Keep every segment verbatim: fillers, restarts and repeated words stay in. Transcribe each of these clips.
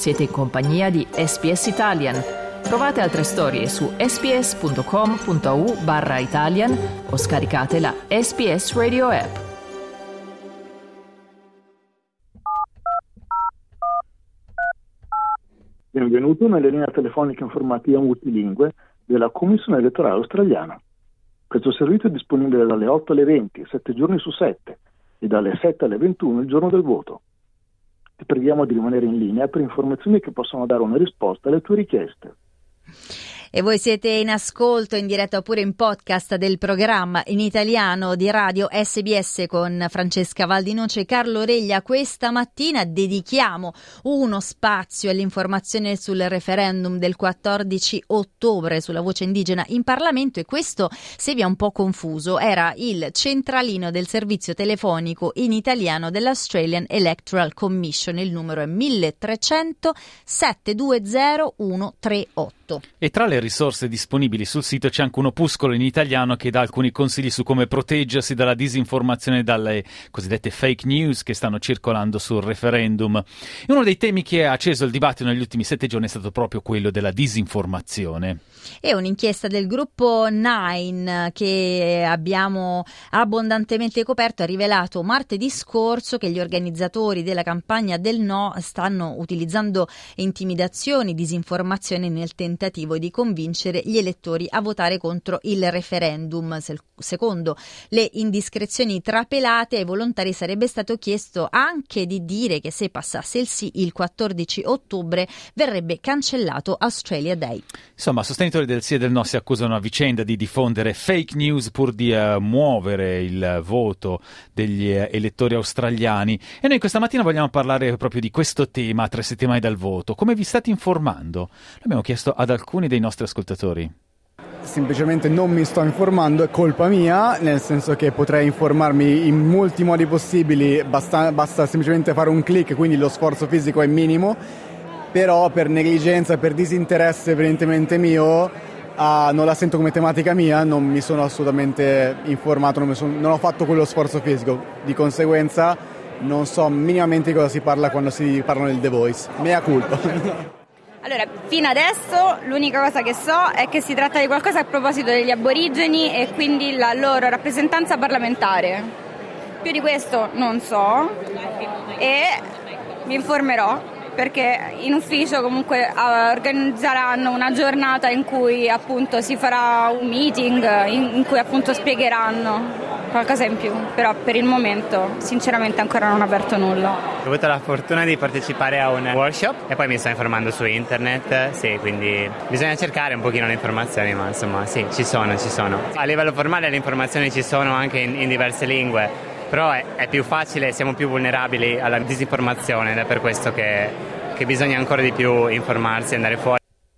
Siete in compagnia di S B S Italian. Trovate altre storie su sbs.com.au barra Italian o scaricate la S B S Radio app. Benvenuto nella linea telefonica informativa multilingue della Commissione elettorale australiana. Questo servizio è disponibile dalle otto alle venti, sette giorni su sette, e dalle sette alle ventuno il giorno del voto. Ti preghiamo di rimanere in linea per informazioni che possono dare una risposta alle tue richieste. E voi siete in ascolto in diretta oppure in podcast del programma in italiano di Radio S B S con Francesca Valdinoce e Carlo Reglia. Questa mattina dedichiamo uno spazio all'informazione sul referendum del quattordici ottobre sulla voce indigena in Parlamento, e questo, se vi è un po' confuso, era il centralino del servizio telefonico in italiano dell'Australian Electoral Commission. Il numero è milletrecento sette due zero uno tre otto. E tra le risorse disponibili sul sito c'è anche un opuscolo in italiano che dà alcuni consigli su come proteggersi dalla disinformazione e dalle cosiddette fake news che stanno circolando sul referendum. E uno dei temi che ha acceso il dibattito negli ultimi sette giorni è stato proprio quello della disinformazione. E un'inchiesta del gruppo Nine che abbiamo abbondantemente coperto ha rivelato martedì scorso che gli organizzatori della campagna del no stanno utilizzando intimidazioni, disinformazione nel tentativo di convincere gli elettori a votare contro il referendum. Secondo le indiscrezioni trapelate, ai volontari sarebbe stato chiesto anche di dire che se passasse il sì il quattordici ottobre verrebbe cancellato Australia Day. Insomma, sostenitori del sì e del no si accusano a vicenda di diffondere fake news pur di uh, muovere il voto degli uh, elettori australiani, e noi questa mattina vogliamo parlare proprio di questo tema a tre settimane dal voto. Come vi state informando? L'abbiamo chiesto ad alcuni dei nostri ascoltatori. Semplicemente non mi sto informando, è colpa mia, nel senso che potrei informarmi in molti modi possibili, basta, basta semplicemente fare un click, quindi lo sforzo fisico è minimo, però per negligenza, per disinteresse evidentemente mio, uh, non la sento come tematica mia, non mi sono assolutamente informato, non, mi sono, non ho fatto quello sforzo fisico, di conseguenza non so minimamente di cosa si parla quando si parla del The Voice. Mea culpa. Allora, fino adesso l'unica cosa che so è che si tratta di qualcosa a proposito degli aborigeni e quindi la loro rappresentanza parlamentare. Più di questo non so e mi informerò, perché in ufficio comunque organizzeranno una giornata in cui appunto si farà un meeting in, in cui appunto spiegheranno qualcosa in più, però per il momento sinceramente ancora non ho aperto nulla. Ho avuto la fortuna di partecipare a un workshop e poi mi sto informando su internet, sì, quindi bisogna cercare un pochino le informazioni, ma insomma sì, ci sono, ci sono. A livello formale le informazioni ci sono anche in, in diverse lingue, però è, è più facile, siamo più vulnerabili alla disinformazione ed è per questo che, che bisogna ancora di più informarsi e andare fuori.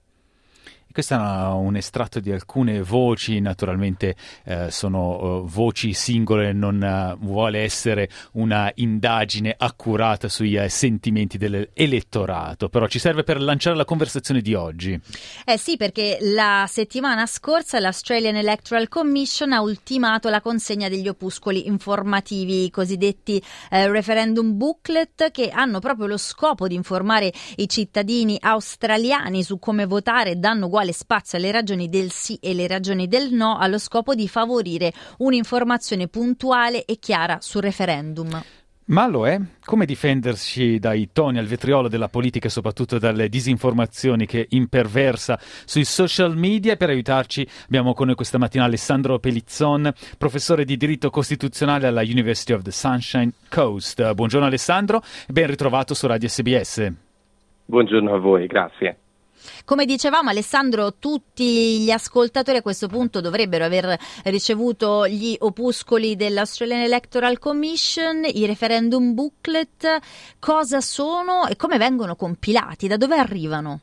Questo è un estratto di alcune voci, naturalmente eh, sono uh, voci singole, non uh, vuole essere una indagine accurata sui uh, sentimenti dell'elettorato, però ci serve per lanciare la conversazione di oggi. Eh sì, perché la settimana scorsa l'Australian Electoral Commission ha ultimato la consegna degli opuscoli informativi, i cosiddetti eh, referendum booklet, che hanno proprio lo scopo di informare i cittadini australiani su come votare, danno uguale spazio alle ragioni del sì e le ragioni del no, allo scopo di favorire un'informazione puntuale e chiara sul referendum. Ma lo è? Come difendersi dai toni al vetriolo della politica e soprattutto dalle disinformazioni che imperversa sui social media? Per aiutarci abbiamo con noi questa mattina Alessandro Pelizzon, professore di diritto costituzionale alla University of the Sunshine Coast. Buongiorno Alessandro, ben ritrovato su Radio S B S. Buongiorno a voi, grazie. Come dicevamo, Alessandro, tutti gli ascoltatori a questo punto dovrebbero aver ricevuto gli opuscoli dell'Australian Electoral Commission, i referendum booklet. Cosa sono e come vengono compilati? Da dove arrivano?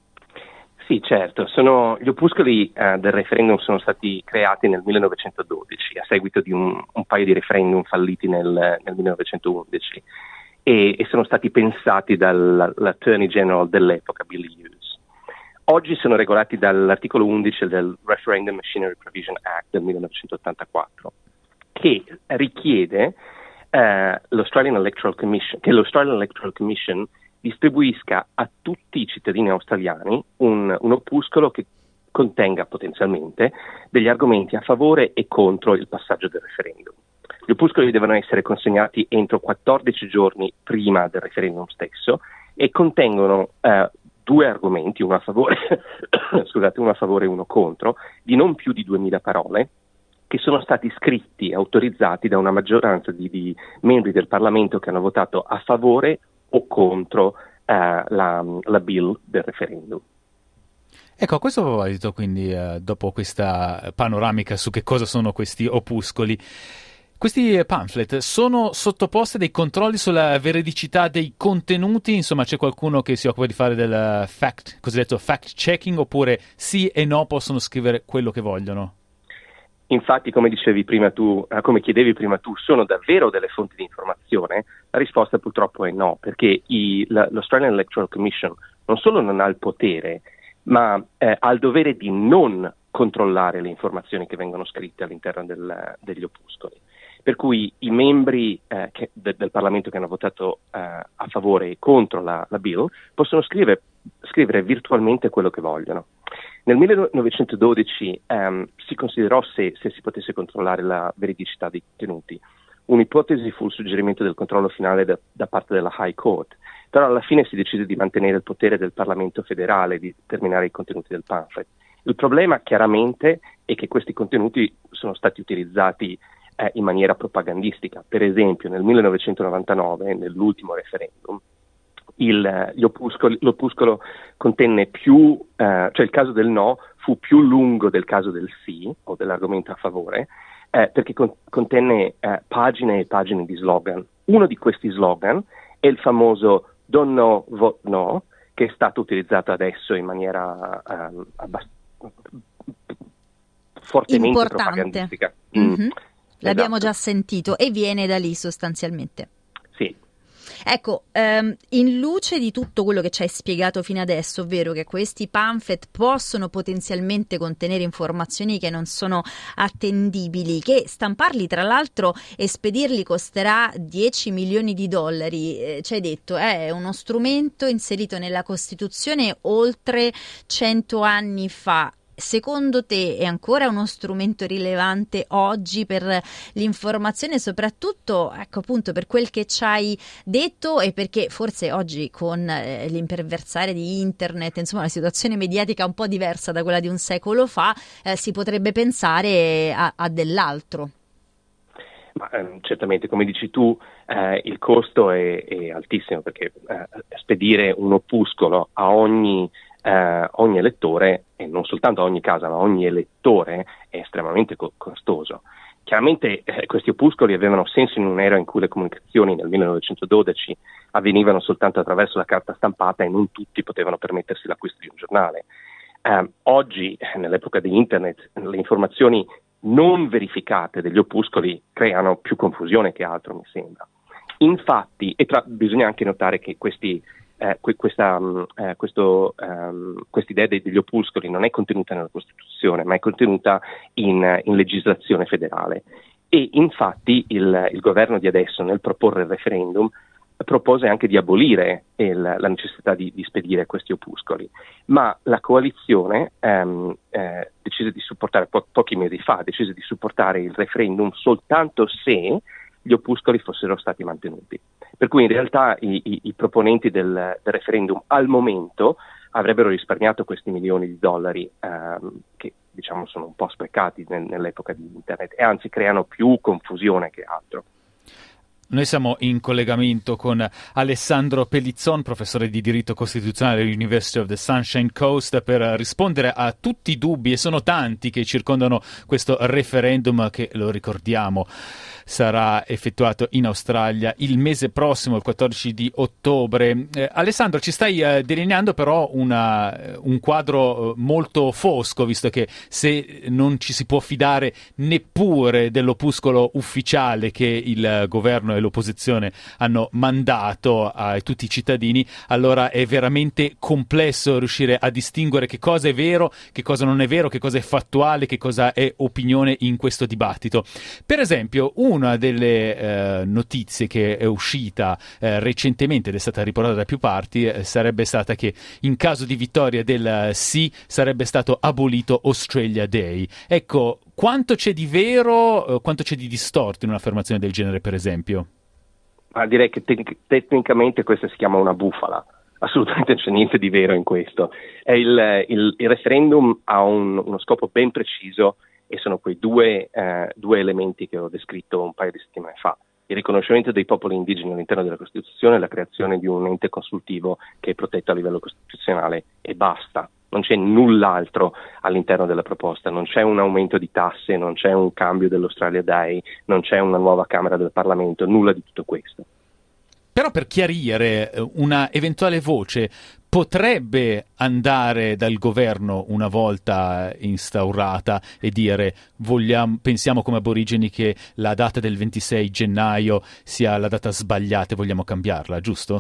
Sì, certo. Sono, gli opuscoli eh, del referendum sono stati creati nel millenovecentododici a seguito di un, un paio di referendum falliti nel, nel millenovecentoundici e, e sono stati pensati dall'Attorney General dell'epoca, Billy Hughes. Oggi sono regolati dall'articolo undici del Referendum Machinery Provision Act del millenovecentottantaquattro, che richiede eh, l'Australian Electoral Commission, che l'Australian Electoral Commission distribuisca a tutti i cittadini australiani un, un opuscolo che contenga potenzialmente degli argomenti a favore e contro il passaggio del referendum. Gli opuscoli devono essere consegnati entro quattordici giorni prima del referendum stesso e contengono eh, due argomenti, uno a favore, scusate, uno a favore e uno contro, di non più di duemila parole, che sono stati scritti e autorizzati da una maggioranza di, di membri del Parlamento che hanno votato a favore o contro eh, la, la bill del referendum. Ecco, a questo proposito, quindi, eh, dopo questa panoramica su che cosa sono questi opuscoli, questi pamphlet sono sottoposti a dei controlli sulla veridicità dei contenuti? Insomma, c'è qualcuno che si occupa del fact, cosiddetto fact checking, oppure sì e no possono scrivere quello che vogliono? Infatti, come dicevi prima tu, eh, come chiedevi prima tu, sono davvero delle fonti di informazione? La risposta purtroppo è no, perché i, la, l'Australian Electoral Commission non solo non ha il potere, ma eh, ha il dovere di non controllare le informazioni che vengono scritte all'interno del, degli opuscoli. Per cui i membri eh, che, de, del Parlamento che hanno votato eh, a favore e contro la, la bill possono scrivere, scrivere virtualmente quello che vogliono. Nel millenovecentododici ehm, si considerò se, se si potesse controllare la veridicità dei contenuti. Un'ipotesi fu il suggerimento del controllo finale da, da parte della High Court, però alla fine si decise di mantenere il potere del Parlamento federale di determinare i contenuti del pamphlet. Il problema chiaramente è che questi contenuti sono stati utilizzati eh, in maniera propagandistica. Per esempio nel millenovecentonovantanove, nell'ultimo referendum, il, gli opuscoli, l'opuscolo contenne più, eh, cioè il caso del no fu più lungo del caso del sì, o dell'argomento a favore, eh, perché con, contenne eh, pagine e pagine di slogan. Uno di questi slogan è il famoso Don't know, vote no, che è stato utilizzato adesso in maniera um, abbast- fortemente importante. Propagandistica. Mm-hmm. Mm. L'abbiamo Esatto. già sentito e viene da lì sostanzialmente. Sì. Ecco, ehm, in luce di tutto quello che ci hai spiegato fino adesso, ovvero che questi pamphlet possono potenzialmente contenere informazioni che non sono attendibili, che stamparli tra l'altro e spedirli costerà dieci milioni di dollari, eh, ci hai detto, è uno strumento inserito nella Costituzione oltre cento anni fa. Secondo te è ancora uno strumento rilevante oggi per l'informazione, soprattutto ecco appunto per quel che ci hai detto e perché forse oggi con eh, l'imperversare di internet, insomma una situazione mediatica un po' diversa da quella di un secolo fa, eh, si potrebbe pensare a, a dell'altro? Ma, ehm, certamente, come dici tu, eh, il costo è, è altissimo perché eh, spedire un opuscolo a ogni Uh, ogni elettore, e non soltanto a ogni casa, ma a ogni elettore, è estremamente co- costoso. Chiaramente eh, questi opuscoli avevano senso in un'era in cui le comunicazioni nel millenovecentododici avvenivano soltanto attraverso la carta stampata e non tutti potevano permettersi l'acquisto di un giornale. Uh, oggi, nell'epoca di internet, le informazioni non verificate degli opuscoli creano più confusione che altro, mi sembra. Infatti, e tra, bisogna anche notare che questi Eh, questa eh, questo, um, quest'idea degli opuscoli non è contenuta nella Costituzione, ma è contenuta in, in legislazione federale. E infatti il, il governo di adesso, nel proporre il referendum, propose anche di abolire il, la necessità di, di spedire questi opuscoli. Ma la coalizione um, eh, decise di supportare, po- pochi mesi fa, decise di supportare il referendum soltanto se gli opuscoli fossero stati mantenuti. Per cui in realtà i, i, i proponenti del, del referendum al momento avrebbero risparmiato questi milioni di dollari ehm, che diciamo sono un po' sprecati nel, nell'epoca di internet e anzi creano più confusione che altro. Noi siamo in collegamento con Alessandro Pellizzon, professore di diritto costituzionale all'University of the Sunshine Coast, per rispondere a tutti i dubbi, e sono tanti, che circondano questo referendum che, lo ricordiamo, sarà effettuato in Australia il mese prossimo, il quattordici di ottobre. Eh, Alessandro, ci stai eh, delineando però una, un quadro molto fosco, visto che se non ci si può fidare neppure dell'opuscolo ufficiale che il governo e l'opposizione hanno mandato a tutti i cittadini, allora è veramente complesso riuscire a distinguere che cosa è vero, che cosa non è vero, che cosa è fattuale, che cosa è opinione in questo dibattito. Per esempio, un una delle eh, notizie che è uscita eh, recentemente ed è stata riportata da più parti eh, sarebbe stata che in caso di vittoria del sì sarebbe stato abolito Australia Day. Ecco, quanto c'è di vero, eh, quanto c'è di distorto in un'affermazione del genere, per esempio? Ma direi che te- tecnicamente questa si chiama una bufala. Assolutamente non c'è niente di vero in questo. È il, il, il referendum ha un, uno scopo ben preciso e sono quei due, eh, due elementi che ho descritto un paio di settimane fa. Il riconoscimento dei popoli indigeni all'interno della Costituzione e la creazione di un ente consultivo che è protetto a livello costituzionale e basta. Non c'è null'altro all'interno della proposta, non c'è un aumento di tasse, non c'è un cambio dell'Australia Day, non c'è una nuova Camera del Parlamento, nulla di tutto questo. Però per chiarire, una eventuale voce potrebbe andare dal governo una volta instaurata e dire vogliamo, pensiamo come aborigeni che la data del ventisei gennaio sia la data sbagliata e vogliamo cambiarla, giusto?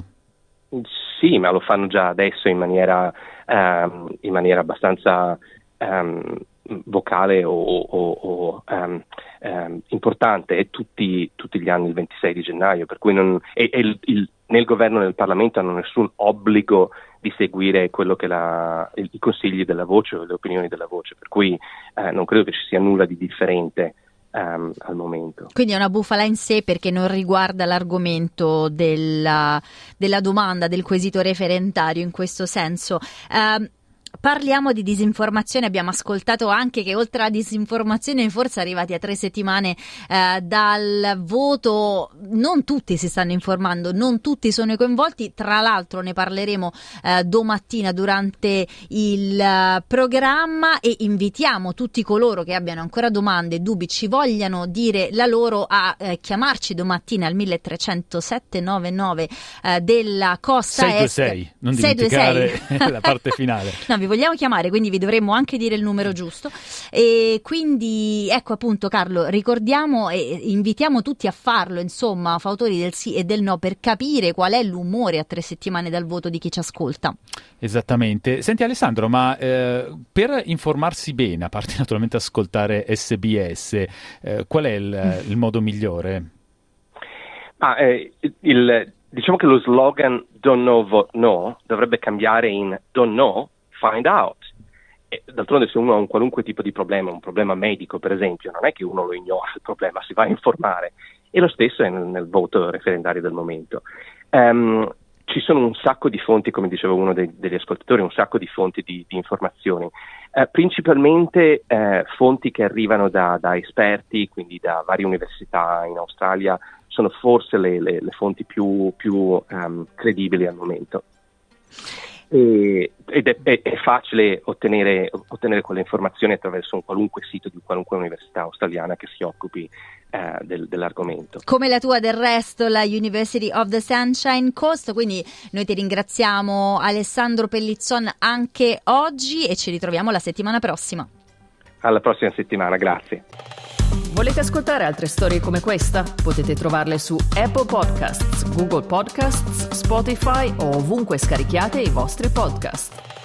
Sì, ma lo fanno già adesso in maniera, um, in maniera abbastanza um, vocale o, o, o um, um, importante, e tutti, tutti gli anni il ventisei di gennaio, per cui non, e, e il, il, né il governo né il Parlamento hanno nessun obbligo di seguire quello che la, i, i consigli della voce o le opinioni della voce, per cui eh, non credo che ci sia nulla di differente Um, al momento. Quindi è una bufala in sé perché non riguarda l'argomento della, della domanda, del quesito referendario in questo senso. Uh, Parliamo di disinformazione, abbiamo ascoltato anche che oltre alla disinformazione forse arrivati a tre settimane eh, dal voto non tutti si stanno informando, non tutti sono coinvolti, tra l'altro ne parleremo eh, domattina durante il uh, programma e invitiamo tutti coloro che abbiano ancora domande, dubbi, ci vogliano dire la loro a eh, chiamarci domattina al mille trecento settecentonovantanove eh, della Costa sei due Est. sei, non dimenticare la parte finale. No, vi vogliamo chiamare, quindi vi dovremmo anche dire il numero giusto. E quindi ecco appunto, Carlo, ricordiamo e invitiamo tutti a farlo, insomma, fautori del sì e del no, per capire qual è l'umore a tre settimane dal voto di chi ci ascolta. Esattamente. Senti Alessandro, ma eh, per informarsi bene, a parte naturalmente ascoltare S B S, eh, qual è il, il modo migliore? Ah, eh, il, diciamo che lo slogan Don't Know Vote No dovrebbe cambiare in Don't Know Find Out. E d'altronde se uno ha un qualunque tipo di problema, un problema medico per esempio, non è che uno lo ignora il problema, si va a informare, e lo stesso è nel, nel voto referendario del momento. Um, ci sono un sacco di fonti, come diceva uno dei, degli ascoltatori, un sacco di fonti di, di informazioni, uh, principalmente uh, fonti che arrivano da, da esperti, quindi da varie università in Australia, sono forse le, le, le fonti più, più um, credibili al momento. E, ed è, è, è facile ottenere, ottenere quelle informazioni attraverso un qualunque sito di qualunque università australiana che si occupi eh, del, dell'argomento. Come la tua del resto, la University of the Sunshine Coast, quindi noi ti ringraziamo Alessandro Pellizzon anche oggi e ci ritroviamo la settimana prossima. Alla prossima settimana, grazie. Volete ascoltare altre storie come questa? Potete trovarle su Apple Podcasts, Google Podcasts, Spotify o ovunque scarichiate i vostri podcast.